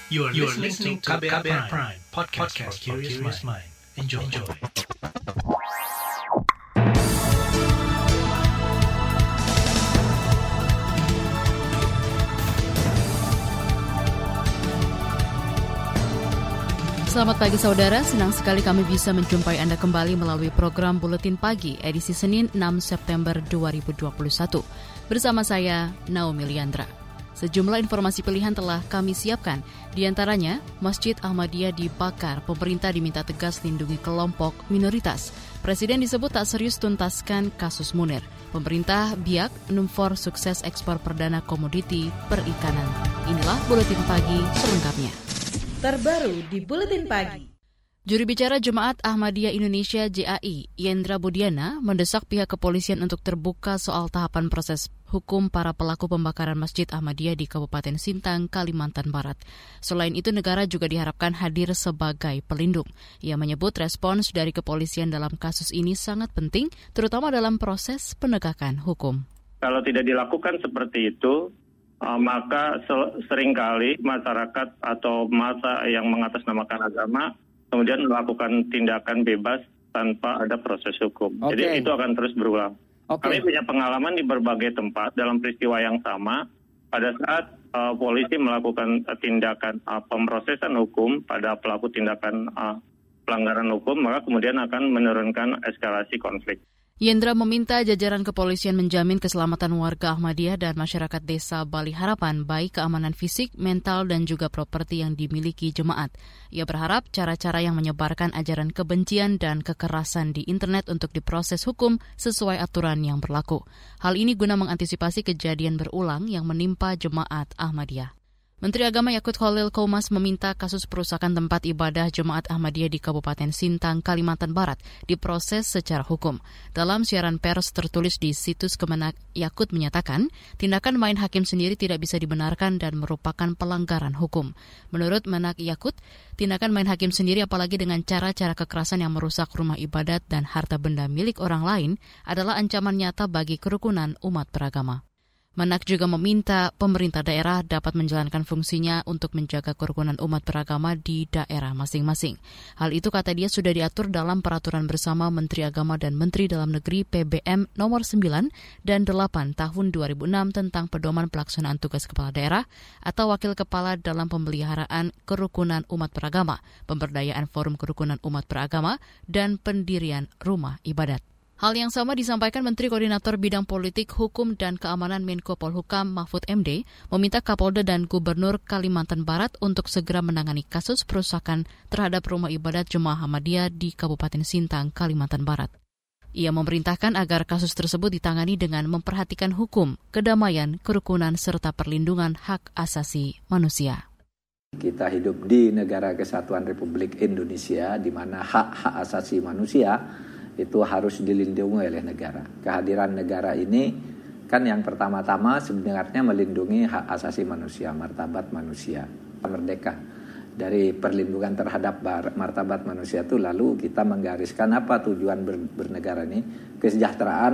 You are listening to KBR Prime, podcast for curious mind. Enjoy. Selamat pagi saudara, senang sekali kami bisa menjumpai Anda kembali melalui program Buletin Pagi edisi Senin 6 September 2021. Bersama saya, Naomi Liandra. Sejumlah informasi pilihan telah kami siapkan. Di antaranya, Masjid Ahmadiyah dibakar, pemerintah diminta tegas lindungi kelompok minoritas. Presiden disebut tak serius tuntaskan kasus Munir. Pemerintah biak Numfor sukses ekspor perdana komoditi perikanan. Inilah Buletin Pagi selengkapnya. Terbaru di Buletin Pagi. Juru bicara Jemaat Ahmadiyah Indonesia JAI, Yendra Budiana, mendesak pihak kepolisian untuk terbuka soal tahapan proses hukum para pelaku pembakaran Masjid Ahmadiyah di Kabupaten Sintang, Kalimantan Barat. Selain itu, negara juga diharapkan hadir sebagai pelindung. Ia menyebut respons dari kepolisian dalam kasus ini sangat penting, terutama dalam proses penegakan hukum. Kalau tidak dilakukan seperti itu, maka seringkali masyarakat atau massa yang mengatasnamakan agama kemudian melakukan tindakan bebas tanpa ada proses hukum. Jadi itu akan terus berulang. Kami punya pengalaman di berbagai tempat dalam peristiwa yang sama pada saat polisi melakukan tindakan pemrosesan hukum pada pelaku tindakan pelanggaran hukum, maka kemudian akan menurunkan eskalasi konflik. Yendra meminta jajaran kepolisian menjamin keselamatan warga Ahmadiyah dan masyarakat desa Bali Harapan, baik keamanan fisik, mental, dan juga properti yang dimiliki jemaat. Ia berharap cara-cara yang menyebarkan ajaran kebencian dan kekerasan di internet untuk diproses hukum sesuai aturan yang berlaku. Hal ini guna mengantisipasi kejadian berulang yang menimpa jemaat Ahmadiyah. Menteri Agama Yakut Khalil Qoumas meminta kasus perusakan tempat ibadah Jemaat Ahmadiyah di Kabupaten Sintang, Kalimantan Barat diproses secara hukum. Dalam siaran pers tertulis di situs Kemenak, Yakut menyatakan tindakan main hakim sendiri tidak bisa dibenarkan dan merupakan pelanggaran hukum. Menurut Menak Yakut, tindakan main hakim sendiri apalagi dengan cara-cara kekerasan yang merusak rumah ibadat dan harta benda milik orang lain adalah ancaman nyata bagi kerukunan umat beragama. Menak juga meminta pemerintah daerah dapat menjalankan fungsinya untuk menjaga kerukunan umat beragama di daerah masing-masing. Hal itu kata dia sudah diatur dalam peraturan bersama Menteri Agama dan Menteri Dalam Negeri PBM nomor 9 dan 8 tahun 2006 tentang pedoman pelaksanaan tugas kepala daerah atau wakil kepala dalam pemeliharaan kerukunan umat beragama, pemberdayaan forum kerukunan umat beragama, dan pendirian rumah ibadat. Hal yang sama disampaikan Menteri Koordinator Bidang Politik, Hukum, dan Keamanan Menko Polhukam Mahfud MD meminta Kapolda dan Gubernur Kalimantan Barat untuk segera menangani kasus perusakan terhadap rumah ibadat Jemaah Ahmadiyah di Kabupaten Sintang, Kalimantan Barat. Ia memerintahkan agar kasus tersebut ditangani dengan memperhatikan hukum, kedamaian, kerukunan, serta perlindungan hak asasi manusia. Kita hidup di negara kesatuan Republik Indonesia di mana hak-hak asasi manusia itu harus dilindungi oleh negara. Kehadiran negara ini kan yang pertama-tama sebenarnya melindungi hak asasi manusia, martabat manusia, merdeka. Dari perlindungan terhadap martabat manusia itu lalu kita menggariskan apa tujuan bernegara ini, kesejahteraan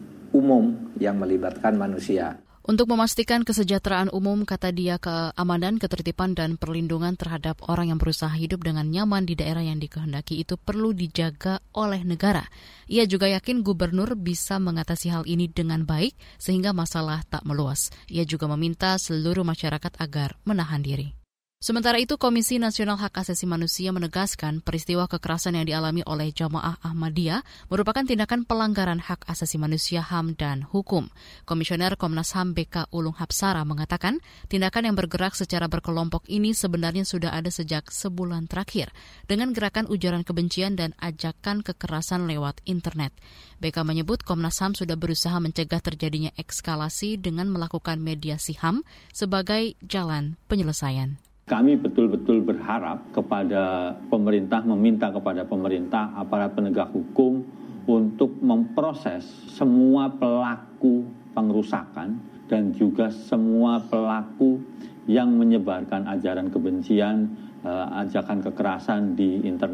umum yang melibatkan manusia. Untuk memastikan kesejahteraan umum, kata dia, keamanan, ketertiban, dan perlindungan terhadap orang yang berusaha hidup dengan nyaman di daerah yang dikehendaki itu perlu dijaga oleh negara. Ia juga yakin gubernur bisa mengatasi hal ini dengan baik sehingga masalah tak meluas. Ia juga meminta seluruh masyarakat agar menahan diri. Sementara itu, Komisi Nasional Hak Asasi Manusia menegaskan peristiwa kekerasan yang dialami oleh Jamaah Ahmadiyah merupakan tindakan pelanggaran hak asasi manusia, HAM, dan hukum. Komisioner Komnas HAM BK Ulung Hapsara mengatakan tindakan yang bergerak secara berkelompok ini sebenarnya sudah ada sejak sebulan terakhir dengan gerakan ujaran kebencian dan ajakan kekerasan lewat internet. BK menyebut Komnas HAM sudah berusaha mencegah terjadinya eskalasi dengan melakukan mediasi HAM sebagai jalan penyelesaian. Kami betul-betul berharap kepada pemerintah, meminta kepada pemerintah, aparat penegak hukum untuk memproses semua pelaku pengrusakan dan juga semua pelaku yang menyebarkan ajaran kebencian, ajakan kekerasan di internet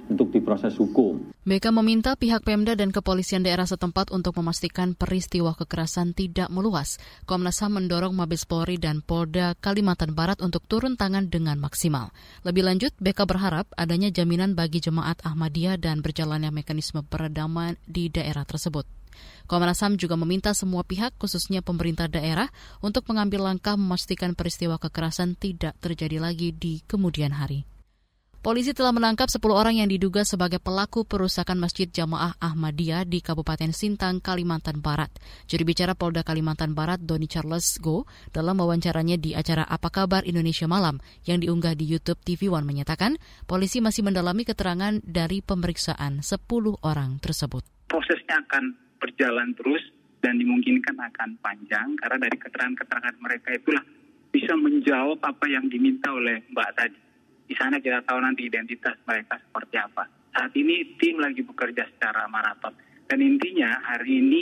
untuk diproses hukum. BK meminta pihak Pemda dan kepolisian daerah setempat untuk memastikan peristiwa kekerasan tidak meluas. Komnas HAM mendorong Mabes Polri dan Polda Kalimantan Barat untuk turun tangan dengan maksimal. Lebih lanjut, BK berharap adanya jaminan bagi jemaat Ahmadiyah dan berjalannya mekanisme peredaman di daerah tersebut. Komnas HAM juga meminta semua pihak, khususnya pemerintah daerah, untuk mengambil langkah memastikan peristiwa kekerasan tidak terjadi lagi di kemudian hari. Polisi telah menangkap 10 orang yang diduga sebagai pelaku perusakan Masjid Jamaah Ahmadiyah di Kabupaten Sintang, Kalimantan Barat. Juru bicara Polda Kalimantan Barat, Doni Charles Go, dalam wawancaranya di acara Apa Kabar Indonesia Malam yang diunggah di YouTube TV One menyatakan, polisi masih mendalami keterangan dari pemeriksaan 10 orang tersebut. Prosesnya akan berjalan terus dan dimungkinkan akan panjang karena dari keterangan-keterangan mereka itulah bisa menjawab apa yang diminta oleh Mbak tadi. Di sana kita tahu nanti identitas mereka seperti apa. Saat ini tim lagi bekerja secara maraton. Dan intinya hari ini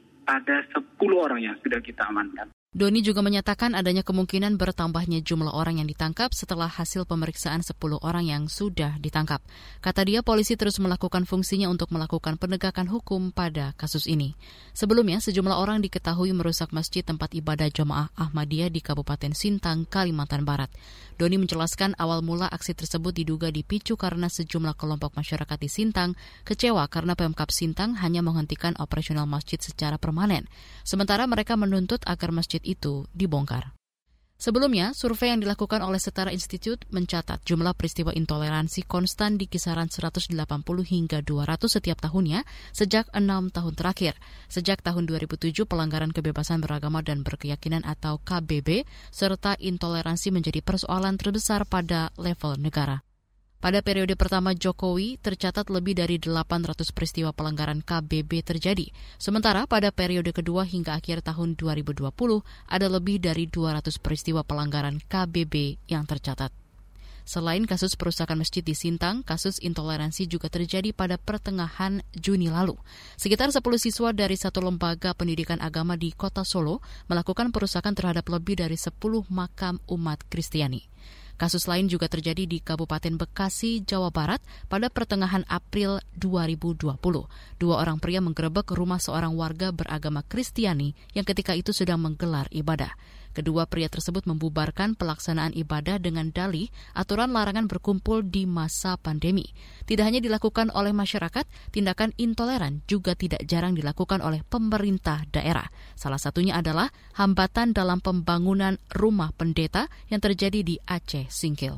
ada 10 orang yang sudah kita amankan. Doni juga menyatakan adanya kemungkinan bertambahnya jumlah orang yang ditangkap setelah hasil pemeriksaan 10 orang yang sudah ditangkap. Kata dia, polisi terus melakukan fungsinya untuk melakukan penegakan hukum pada kasus ini. Sebelumnya, sejumlah orang diketahui merusak masjid tempat ibadah Jamaah Ahmadiyah di Kabupaten Sintang, Kalimantan Barat. Doni menjelaskan awal mula aksi tersebut diduga dipicu karena sejumlah kelompok masyarakat di Sintang kecewa karena Pemkab Sintang hanya menghentikan operasional masjid secara permanen. Sementara mereka menuntut agar masjid itu dibongkar. Sebelumnya, survei yang dilakukan oleh Setara Institute mencatat jumlah peristiwa intoleransi konstan di kisaran 180 hingga 200 setiap tahunnya sejak 6 tahun terakhir. Sejak tahun 2007, pelanggaran kebebasan beragama dan berkeyakinan atau KBB serta intoleransi menjadi persoalan terbesar pada level negara. Pada periode pertama Jokowi, tercatat lebih dari 800 peristiwa pelanggaran KBB terjadi. Sementara pada periode kedua hingga akhir tahun 2020, ada lebih dari 200 peristiwa pelanggaran KBB yang tercatat. Selain kasus perusakan masjid di Sintang, kasus intoleransi juga terjadi pada pertengahan Juni lalu. Sekitar 10 siswa dari satu lembaga pendidikan agama di Kota Solo melakukan perusakan terhadap lebih dari 10 makam umat Kristiani. Kasus lain juga terjadi di Kabupaten Bekasi, Jawa Barat pada pertengahan April 2020. 2 orang pria menggerebek rumah seorang warga beragama Kristiani yang ketika itu sedang menggelar ibadah. Kedua pria tersebut membubarkan pelaksanaan ibadah dengan dalih aturan larangan berkumpul di masa pandemi. Tidak hanya dilakukan oleh masyarakat, tindakan intoleran juga tidak jarang dilakukan oleh pemerintah daerah. Salah satunya adalah hambatan dalam pembangunan rumah pendeta yang terjadi di Aceh Singkil.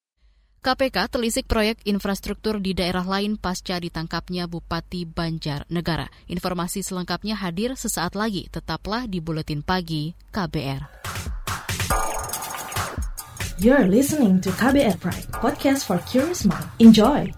KPK telisik proyek infrastruktur di daerah lain pasca ditangkapnya Bupati Banjarnegara. Informasi selengkapnya hadir sesaat lagi. Tetaplah di Buletin Pagi KBR. You're listening to KBR Pride, podcast for curious mind. Enjoy!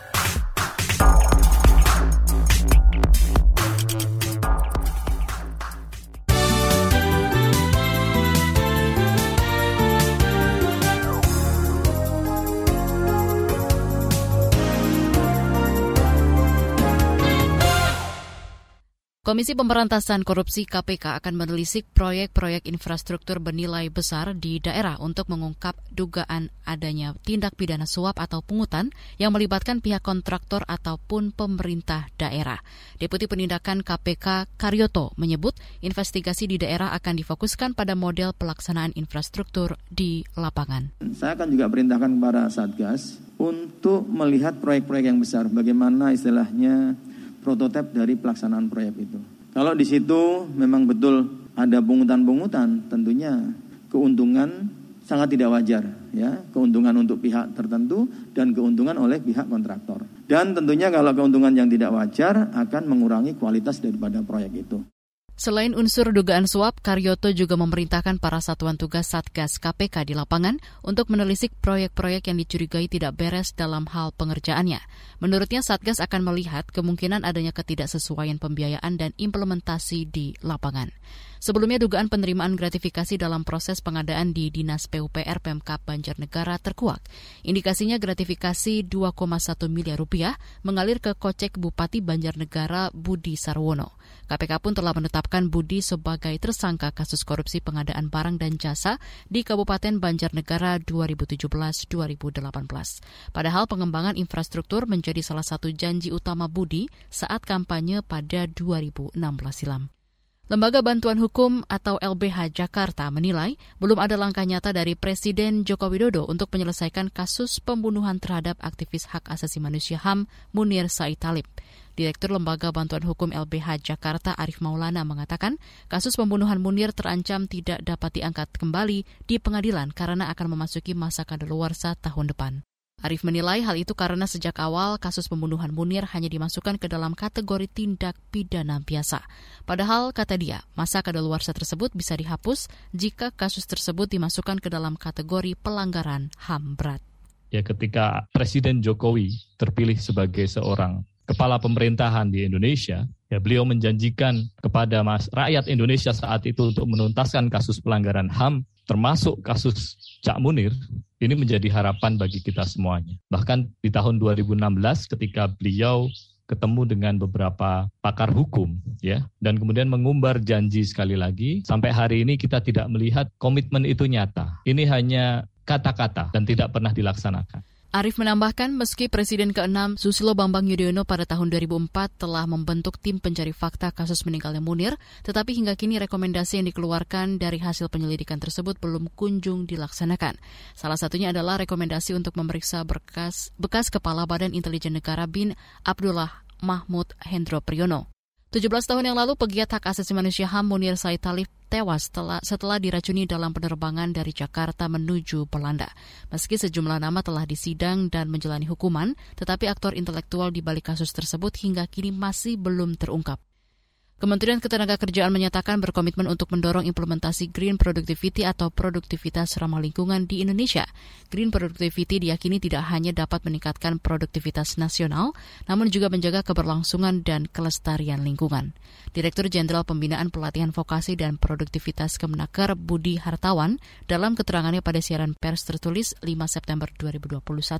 Komisi Pemberantasan Korupsi KPK akan menelisik proyek-proyek infrastruktur bernilai besar di daerah untuk mengungkap dugaan adanya tindak pidana suap atau pungutan yang melibatkan pihak kontraktor ataupun pemerintah daerah. Deputi Penindakan KPK Karyoto menyebut investigasi di daerah akan difokuskan pada model pelaksanaan infrastruktur di lapangan. Saya akan juga perintahkan kepada Satgas untuk melihat proyek-proyek yang besar, bagaimana istilahnya prototipe dari pelaksanaan proyek itu. Kalau di situ memang betul ada pungutan-pungutan, tentunya keuntungan sangat tidak wajar, ya, keuntungan untuk pihak tertentu dan keuntungan oleh pihak kontraktor. Dan tentunya kalau keuntungan yang tidak wajar akan mengurangi kualitas daripada proyek itu. Selain unsur dugaan suap, Karyoto juga memerintahkan para satuan tugas Satgas KPK di lapangan untuk menelisik proyek-proyek yang dicurigai tidak beres dalam hal pengerjaannya. Menurutnya, Satgas akan melihat kemungkinan adanya ketidaksesuaian pembiayaan dan implementasi di lapangan. Sebelumnya dugaan penerimaan gratifikasi dalam proses pengadaan di Dinas PUPR Pemkab Banjarnegara terkuak. Indikasinya gratifikasi 2,1 miliar rupiah mengalir ke kocek Bupati Banjarnegara Budi Sarwono. KPK pun telah menetapkan Budi sebagai tersangka kasus korupsi pengadaan barang dan jasa di Kabupaten Banjarnegara 2017-2018. Padahal pengembangan infrastruktur menjadi salah satu janji utama Budi saat kampanye pada 2016 silam. Lembaga Bantuan Hukum atau LBH Jakarta menilai belum ada langkah nyata dari Presiden Joko Widodo untuk menyelesaikan kasus pembunuhan terhadap aktivis hak asasi manusia HAM Munir Said Talib. Direktur Lembaga Bantuan Hukum LBH Jakarta Arif Maulana mengatakan kasus pembunuhan Munir terancam tidak dapat diangkat kembali di pengadilan karena akan memasuki masa kadaluarsa tahun depan. Arif menilai hal itu karena sejak awal kasus pembunuhan Munir hanya dimasukkan ke dalam kategori tindak pidana biasa. Padahal, kata dia, masa kadaluarsa tersebut bisa dihapus jika kasus tersebut dimasukkan ke dalam kategori pelanggaran HAM berat. Ya, ketika Presiden Jokowi terpilih sebagai seorang kepala pemerintahan di Indonesia, ya beliau menjanjikan kepada rakyat Indonesia saat itu untuk menuntaskan kasus pelanggaran HAM, termasuk kasus Cak Munir. Ini menjadi harapan bagi kita semuanya. Bahkan di tahun 2016 ketika beliau ketemu dengan beberapa pakar hukum, ya, dan kemudian mengumbar janji sekali lagi, sampai hari ini kita tidak melihat komitmen itu nyata. Ini hanya kata-kata dan tidak pernah dilaksanakan. Arif menambahkan meski Presiden ke-6 Susilo Bambang Yudhoyono pada tahun 2004 telah membentuk tim pencari fakta kasus meninggalnya Munir, tetapi hingga kini rekomendasi yang dikeluarkan dari hasil penyelidikan tersebut belum kunjung dilaksanakan. Salah satunya adalah rekomendasi untuk memeriksa bekas Kepala Badan Intelijen Negara BIN Abdullah Mahmud Hendro Priyono. 17 tahun yang lalu, pegiat hak asasi manusia HAM Munir Said Talib tewas setelah diracuni dalam penerbangan dari Jakarta menuju Belanda. Meski sejumlah nama telah disidang dan menjalani hukuman, tetapi aktor intelektual di balik kasus tersebut hingga kini masih belum terungkap. Kementerian Ketenagakerjaan menyatakan berkomitmen untuk mendorong implementasi Green Productivity atau produktivitas ramah lingkungan di Indonesia. Green Productivity diyakini tidak hanya dapat meningkatkan produktivitas nasional, namun juga menjaga keberlangsungan dan kelestarian lingkungan. Direktur Jenderal Pembinaan Pelatihan Vokasi dan Produktivitas Kemenaker Budi Hartawan dalam keterangannya pada siaran pers tertulis 5 September 2021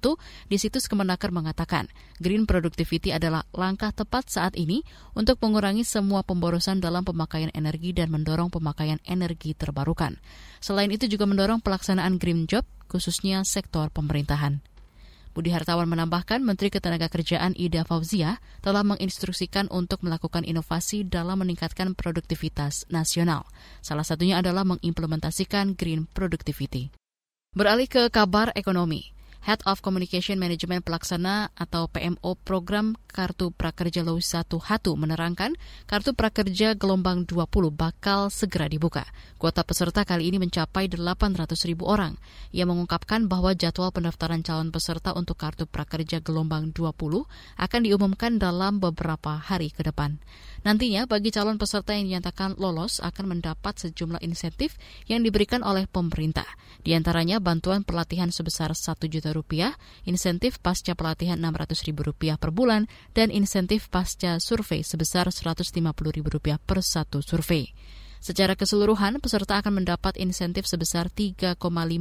di situs Kemenaker mengatakan Green Productivity adalah langkah tepat saat ini untuk mengurangi semua pemborosan dalam pemakaian energi dan mendorong pemakaian energi terbarukan. Selain itu juga mendorong pelaksanaan green job, khususnya sektor pemerintahan. Budi Hartawan menambahkan Menteri Ketenagakerjaan Ida Fauzia telah menginstruksikan untuk melakukan inovasi dalam meningkatkan produktivitas nasional. Salah satunya adalah mengimplementasikan Green Productivity. Beralih ke kabar ekonomi. Head of Communication Management Pelaksana atau PMO Program Kartu Prakerja Law 1 Hatu menerangkan Kartu Prakerja gelombang 20 bakal segera dibuka. Kuota peserta kali ini mencapai 800.000 orang. Ia mengungkapkan bahwa jadwal pendaftaran calon peserta untuk Kartu Prakerja gelombang 20 akan diumumkan dalam beberapa hari ke depan. Nantinya bagi calon peserta yang dinyatakan lolos akan mendapat sejumlah insentif yang diberikan oleh pemerintah. Di antaranya bantuan pelatihan sebesar Rp1 juta, insentif pasca pelatihan Rp600.000 per bulan, dan insentif pasca survei sebesar Rp150.000 per satu survei. Secara keseluruhan, peserta akan mendapat insentif sebesar Rp3,55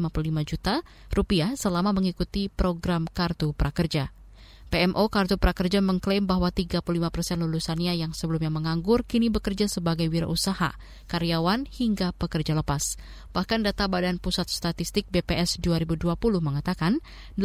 juta selama mengikuti program Kartu Prakerja. PMO Kartu Prakerja mengklaim bahwa 35% lulusannya yang sebelumnya menganggur kini bekerja sebagai wirausaha, karyawan hingga pekerja lepas. Bahkan data Badan Pusat Statistik BPS 2020 mengatakan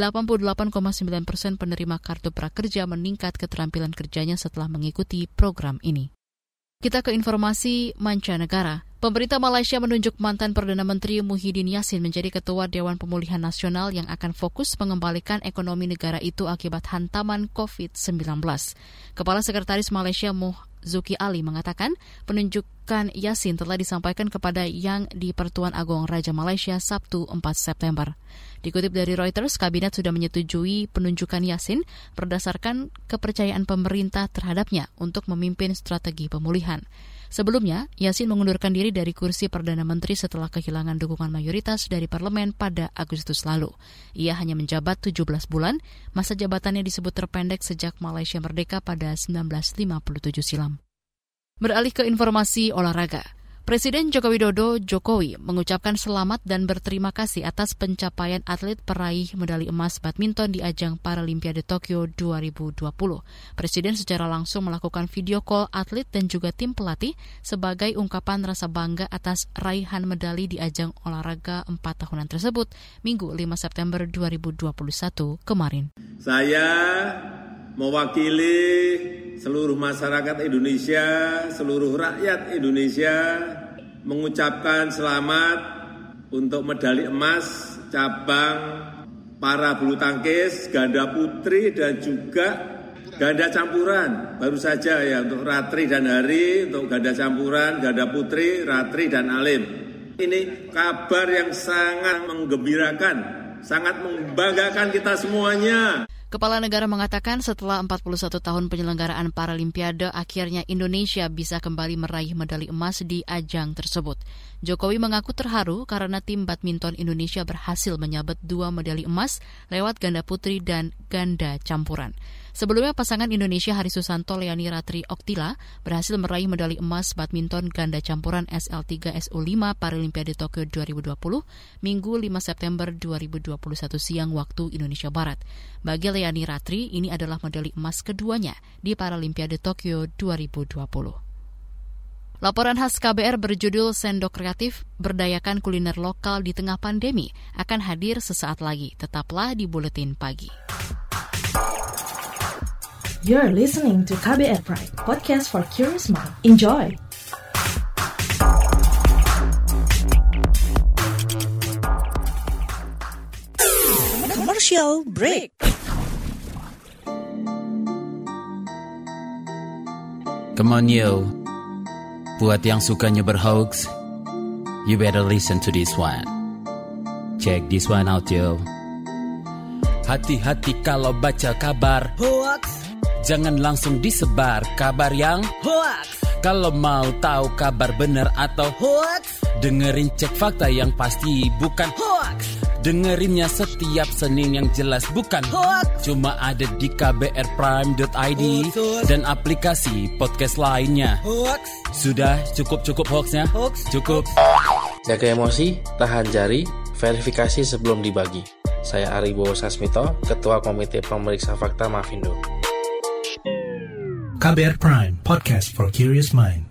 88,9% penerima Kartu Prakerja meningkat keterampilan kerjanya setelah mengikuti program ini. Kita ke informasi mancanegara. Pemerintah Malaysia menunjuk mantan Perdana Menteri Muhyiddin Yassin menjadi Ketua Dewan Pemulihan Nasional yang akan fokus mengembalikan ekonomi negara itu akibat hantaman COVID-19. Kepala Sekretaris Malaysia Zuki Ali mengatakan penunjukan Yassin telah disampaikan kepada Yang di Pertuan Agong Raja Malaysia Sabtu 4 September. Dikutip dari Reuters, Kabinet sudah menyetujui penunjukan Yassin berdasarkan kepercayaan pemerintah terhadapnya untuk memimpin strategi pemulihan. Sebelumnya, Yassin mengundurkan diri dari kursi Perdana Menteri setelah kehilangan dukungan mayoritas dari parlemen pada Agustus lalu. Ia hanya menjabat 17 bulan, masa jabatannya disebut terpendek sejak Malaysia merdeka pada 1957 silam. Beralih ke informasi olahraga. Presiden Joko Widodo mengucapkan selamat dan berterima kasih atas pencapaian atlet peraih medali emas badminton di ajang Paralimpiade Tokyo 2020. Presiden secara langsung melakukan video call atlet dan juga tim pelatih sebagai ungkapan rasa bangga atas raihan medali di ajang olahraga 4 tahunan tersebut Minggu 5 September 2021 kemarin. Saya mewakili seluruh masyarakat Indonesia, seluruh rakyat Indonesia mengucapkan selamat untuk medali emas cabang para bulu tangkis, ganda putri dan juga ganda campuran. Baru saja ya untuk Ratri dan Hari, untuk ganda campuran, ganda putri, Ratri dan Alim. Ini kabar yang sangat menggembirakan, sangat membanggakan kita semuanya. Kepala negara mengatakan setelah 41 tahun penyelenggaraan Paralimpiade, akhirnya Indonesia bisa kembali meraih medali emas di ajang tersebut. Jokowi mengaku terharu karena tim badminton Indonesia berhasil menyabet 2 medali emas lewat ganda putri dan ganda campuran. Sebelumnya pasangan Indonesia Hari Susanto Leani Ratri Oktila berhasil meraih medali emas badminton ganda campuran SL3 SU5 Paralimpiade Tokyo 2020 Minggu 5 September 2021 siang waktu Indonesia Barat. Bagi Leani Ratri, ini adalah medali emas keduanya di Paralimpiade Tokyo 2020. Laporan khas KBR berjudul Sendok Kreatif Berdayakan Kuliner Lokal di Tengah Pandemi akan hadir sesaat lagi. Tetaplah di Buletin Pagi. You're listening to KBR Pride, podcast for curious mind. Enjoy! Commercial break. Come on yo, buat yang sukanya berhoax, you better listen to this one. Check this one out yo. Hati-hati kalau baca kabar Hoax. Jangan langsung disebar kabar yang hoax. Kalau mau tahu kabar benar atau hoax, dengerin cek fakta yang pasti bukan hoax. Dengerinnya setiap Senin yang jelas bukan hoax. Cuma ada di kbrprime.id dan aplikasi podcast lainnya. Hoax. Sudah cukup hoaxnya? Hoax. Cukup. Jaga emosi, tahan jari, verifikasi sebelum dibagi. Saya Aribowo Sasmito, Ketua Komite Pemeriksa Fakta Mafindo. KBR Prime, podcast for curious mind.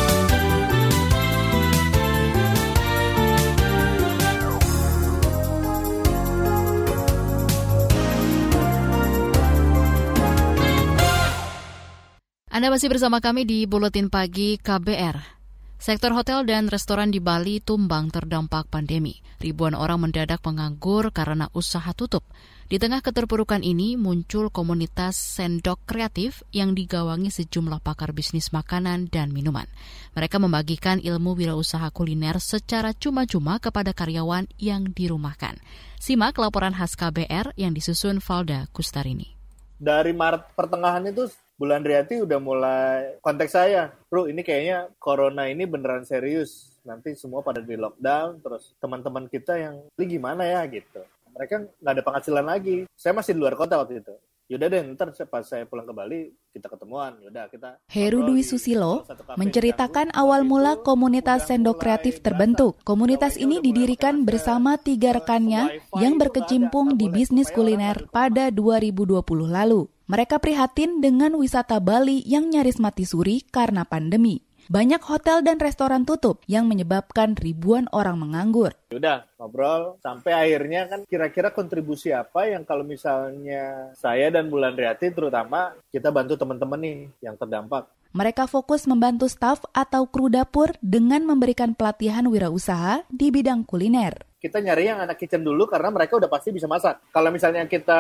Anda masih bersama kami di Buletin Pagi KBR. Sektor hotel dan restoran di Bali tumbang terdampak pandemi. Ribuan orang mendadak menganggur karena usaha tutup. Di tengah keterpurukan ini muncul komunitas Sendok Kreatif yang digawangi sejumlah pakar bisnis makanan dan minuman. Mereka membagikan ilmu wirausaha kuliner secara cuma-cuma kepada karyawan yang dirumahkan. Simak laporan khas KBR yang disusun Valda Kustarini. Dari Maret pertengahan itu Bulan Riyati udah mulai kontak saya, bro ini kayaknya corona ini beneran serius, nanti semua pada di lockdown, terus teman-teman kita yang ini gimana ya gitu. Mereka nggak ada penghasilan lagi, saya masih di luar kota waktu itu. Yaudah deh, ntar pas saya pulang ke Bali, kita ketemuan. Yaudah kita. Heru Dwi Susilo menceritakan awal mula komunitas Sendok Kreatif terbentuk. Komunitas ini didirikan bersama 3 rekannya yang berkecimpung di bisnis kuliner pada 2020 lalu. Mereka prihatin dengan wisata Bali yang nyaris mati suri karena pandemi. Banyak hotel dan restoran tutup yang menyebabkan ribuan orang menganggur. Udah ngobrol sampai akhirnya kan kira-kira kontribusi apa yang kalau misalnya saya dan Bulan Riyati terutama kita bantu teman-teman nih yang terdampak. Mereka fokus membantu staf atau kru dapur dengan memberikan pelatihan wirausaha di bidang kuliner. Kita nyari yang anak kitchen dulu karena mereka udah pasti bisa masak. Kalau misalnya kita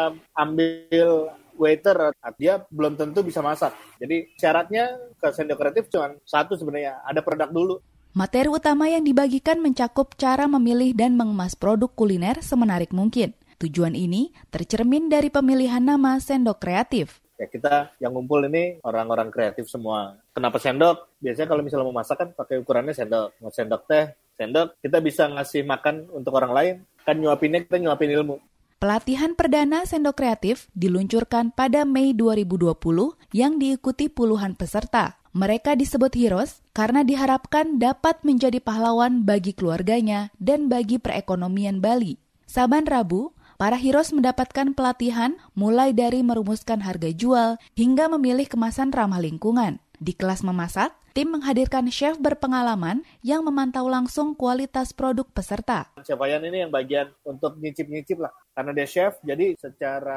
ambil waiter, dia belum tentu bisa masak. Jadi syaratnya ke Sendok Kreatif cuma satu sebenarnya, ada produk dulu. Materi utama yang dibagikan mencakup cara memilih dan mengemas produk kuliner semenarik mungkin. Tujuan ini tercermin dari pemilihan nama Sendok Kreatif. Ya kita yang ngumpul ini orang-orang kreatif semua. Kenapa sendok? Biasanya kalau misalnya mau masak kan pakai ukurannya sendok. Mau sendok teh, sendok. Kita bisa ngasih makan untuk orang lain. Kan nyuapinnya kita nyuapin ilmu. Pelatihan perdana Sendok Kreatif diluncurkan pada Mei 2020 yang diikuti puluhan peserta. Mereka disebut heroes karena diharapkan dapat menjadi pahlawan bagi keluarganya dan bagi perekonomian Bali. Saban Rabu, para heroes mendapatkan pelatihan mulai dari merumuskan harga jual hingga memilih kemasan ramah lingkungan. Di kelas memasak, tim menghadirkan chef berpengalaman yang memantau langsung kualitas produk peserta. Chef Ayan ini yang bagian untuk nyicip-nyicip lah. Karena dia chef, jadi secara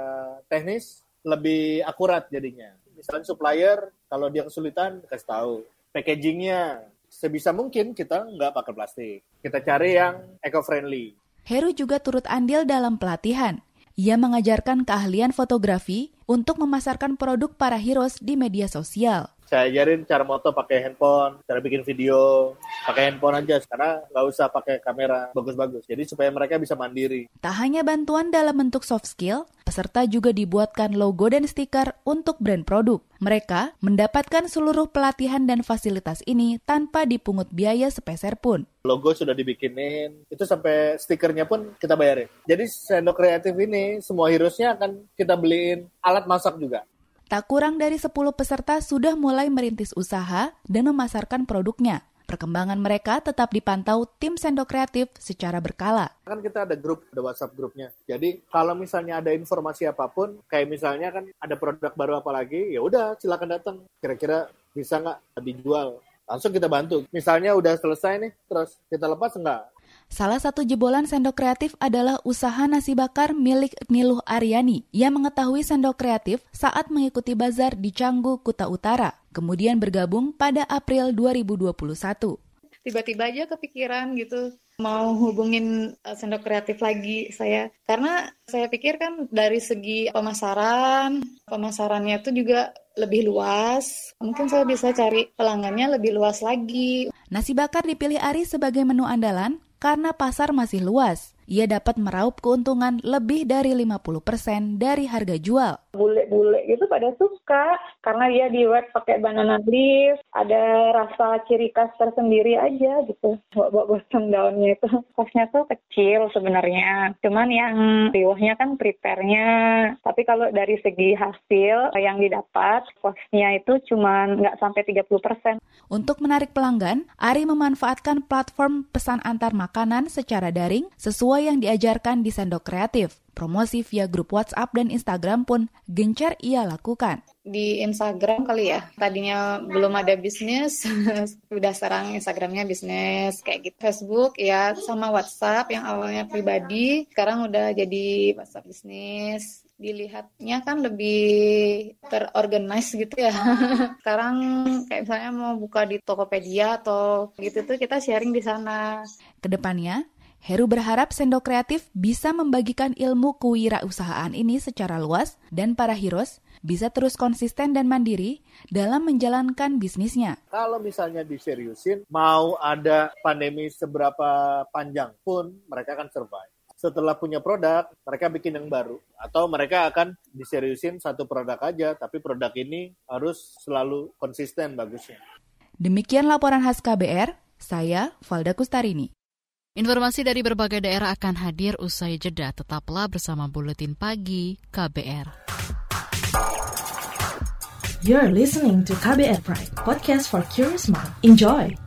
teknis lebih akurat jadinya. Misalnya supplier, kalau dia kesulitan, kasih tahu. Packagingnya, sebisa mungkin kita nggak pakai plastik. Kita cari yang eco-friendly. Heru juga turut andil dalam pelatihan. Ia mengajarkan keahlian fotografi untuk memasarkan produk para heroes di media sosial. Saya ajarin cara moto pakai handphone, cara bikin video, pakai handphone aja. Karena nggak usah pakai kamera bagus-bagus. Jadi supaya mereka bisa mandiri. Tak hanya bantuan dalam bentuk soft skill, peserta juga dibuatkan logo dan stiker untuk brand produk. Mereka mendapatkan seluruh pelatihan dan fasilitas ini tanpa dipungut biaya sepeser pun. Logo sudah dibikinin, itu sampai stikernya pun kita bayarin. Jadi Sendok Kreatif ini, semua heroesnya akan kita beliin alat masak juga. Tak kurang dari 10 peserta sudah mulai merintis usaha dan memasarkan produknya. Perkembangan mereka tetap dipantau tim Sendok Kreatif secara berkala. Kan kita ada grup, ada WhatsApp grupnya. Jadi kalau misalnya ada informasi apapun, kayak misalnya kan ada produk baru apa lagi, ya udah silakan datang. Kira-kira bisa nggak dijual? Langsung kita bantu. Misalnya udah selesai nih, terus kita lepas enggak? Salah satu jebolan Sendok Kreatif adalah usaha nasi bakar milik Niluh Aryani. Ia mengetahui Sendok Kreatif saat mengikuti bazar di Canggu, Kuta Utara. Kemudian bergabung pada April 2021. Tiba-tiba aja kepikiran gitu, mau hubungin Sendok Kreatif lagi saya. Karena saya pikir kan dari segi pemasarannya itu juga lebih luas. Mungkin saya bisa cari pelanggannya lebih luas lagi. Nasi bakar dipilih Ari sebagai menu andalan karena pasar masih luas. Ia dapat meraup keuntungan lebih dari 50% dari harga jual. Bule-bule gitu pada suka karena dia di web pakai banana leaf, ada rasa ciri khas tersendiri aja gitu. Bawa gosong daunnya itu kosnya tuh kecil sebenarnya. Cuman yang riwahnya kan prepare-nya. Tapi kalau dari segi hasil yang didapat, kosnya itu cuma nggak sampai 30%. Untuk menarik pelanggan, Ari memanfaatkan platform pesan antar makanan secara daring sesuai yang diajarkan di Sendok Kreatif. Promosi via grup WhatsApp dan Instagram pun gencar ia lakukan. Di Instagram kali ya, tadinya belum ada bisnis, udah sekarang Instagramnya bisnis kayak gitu. Facebook ya sama WhatsApp yang awalnya pribadi, sekarang udah jadi WhatsApp bisnis. Dilihatnya kan lebih terorganize gitu ya. Sekarang kayak misalnya mau buka di Tokopedia atau gitu tuh kita sharing di sana. Kedepannya, Heru berharap Sendok Kreatif bisa membagikan ilmu kewirausahaan ini secara luas dan para heroes bisa terus konsisten dan mandiri dalam menjalankan bisnisnya. Kalau misalnya diseriusin, mau ada pandemi seberapa panjang pun mereka akan survive. Setelah punya produk, mereka bikin yang baru. Atau mereka akan diseriusin satu produk aja, tapi produk ini harus selalu konsisten bagusnya. Demikian laporan khas KBR, saya Valda Kustarini. Informasi dari berbagai daerah akan hadir usai jeda. Tetaplah bersama Buletin Pagi KBR. You're listening to KBR Pride, podcast for curious mind. Enjoy!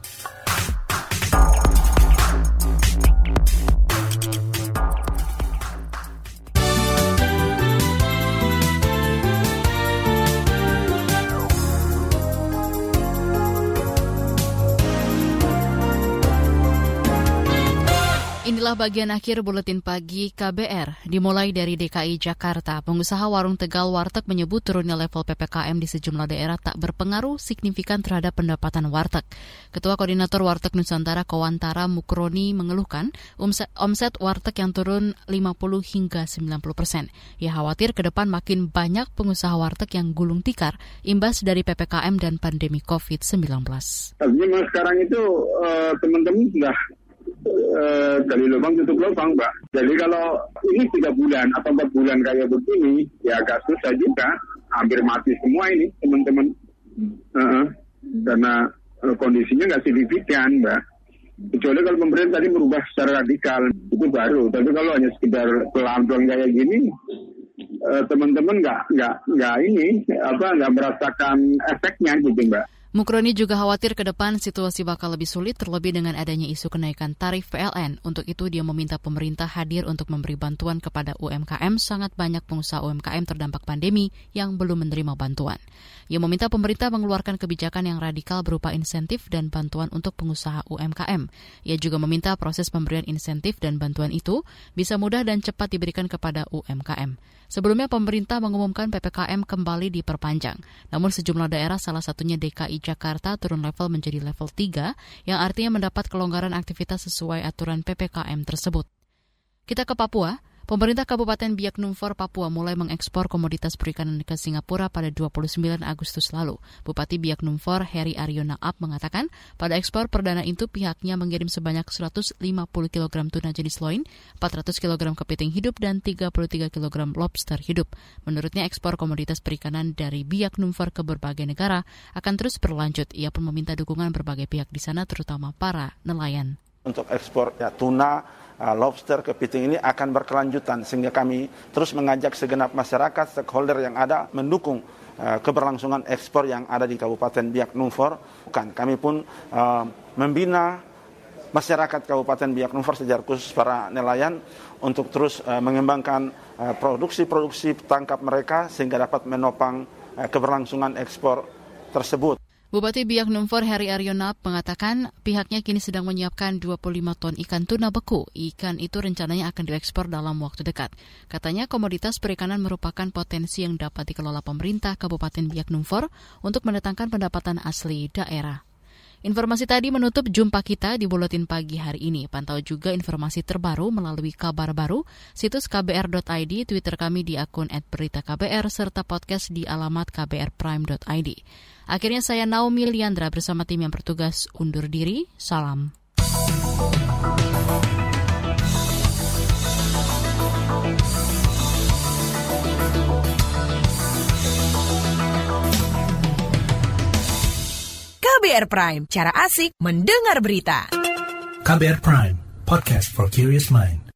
Inilah bagian akhir Buletin Pagi KBR. Dimulai dari DKI Jakarta, pengusaha warung Tegal Warteg menyebut turunnya level PPKM di sejumlah daerah tak berpengaruh signifikan terhadap pendapatan warteg. Ketua Koordinator Warteg Nusantara Kawantara Mukroni mengeluhkan omset warteg yang turun 50 hingga 90%. Ia khawatir ke depan makin banyak pengusaha warteg yang gulung tikar imbas dari PPKM dan pandemi COVID-19. Artinya sekarang itu teman-teman sudah dari lubang tutup lubang, Mbak. Jadi kalau ini 3 bulan atau 4 bulan kayak begini, ya agak susah juga. Hampir mati semua ini teman-teman. Karena kondisinya nggak signifikan, Mbak. Kecuali kalau pemerintah tadi merubah secara radikal, itu baru. Tapi kalau hanya sekedar pelan-pelan kayak gini, teman-teman nggak merasakan efeknya gitu Mbak. Mukroni juga khawatir ke depan situasi bakal lebih sulit terlebih dengan adanya isu kenaikan tarif PLN. Untuk itu dia meminta pemerintah hadir untuk memberi bantuan kepada UMKM. Sangat banyak pengusaha UMKM terdampak pandemi yang belum menerima bantuan. Ia meminta pemerintah mengeluarkan kebijakan yang radikal berupa insentif dan bantuan untuk pengusaha UMKM. Ia juga meminta proses pemberian insentif dan bantuan itu bisa mudah dan cepat diberikan kepada UMKM. Sebelumnya pemerintah mengumumkan PPKM kembali diperpanjang. Namun sejumlah daerah, salah satunya DKI Jakarta, turun level menjadi level 3 yang artinya mendapat kelonggaran aktivitas sesuai aturan PPKM tersebut. Kita ke Papua. Pemerintah Kabupaten Biak Numfor, Papua mulai mengekspor komoditas perikanan ke Singapura pada 29 Agustus lalu. Bupati Biak Numfor, Heri Aryo Naap, mengatakan pada ekspor perdana itu pihaknya mengirim sebanyak 150 kg tuna jenis loin, 400 kg kepiting hidup, dan 33 kg lobster hidup. Menurutnya ekspor komoditas perikanan dari Biak Numfor ke berbagai negara akan terus berlanjut. Ia pun meminta dukungan berbagai pihak di sana, terutama para nelayan. Untuk ekspor tuna, lobster, kepiting ini akan berkelanjutan sehingga kami terus mengajak segenap masyarakat, stakeholder yang ada mendukung keberlangsungan ekspor yang ada di Kabupaten Biak Numfor. Kami pun membina masyarakat Kabupaten Biak Numfor secara khusus para nelayan untuk terus mengembangkan produksi-produksi tangkap mereka sehingga dapat menopang keberlangsungan ekspor tersebut. Bupati Biak Numfor Heri Aryo Naap mengatakan pihaknya kini sedang menyiapkan 25 ton ikan tuna beku. Ikan itu rencananya akan diekspor dalam waktu dekat. Katanya komoditas perikanan merupakan potensi yang dapat dikelola pemerintah Kabupaten Biak Numfor untuk mendatangkan pendapatan asli daerah. Informasi tadi menutup jumpa kita di Buletin Pagi hari ini. Pantau juga informasi terbaru melalui kabar baru, situs kbr.id, Twitter kami di akun @beritaKBR, serta podcast di alamat kbrprime.id. Akhirnya saya Naomi Liandra bersama tim yang bertugas undur diri. Salam. KBR Prime, cara asik mendengar berita. KBR Prime, podcast for curious mind.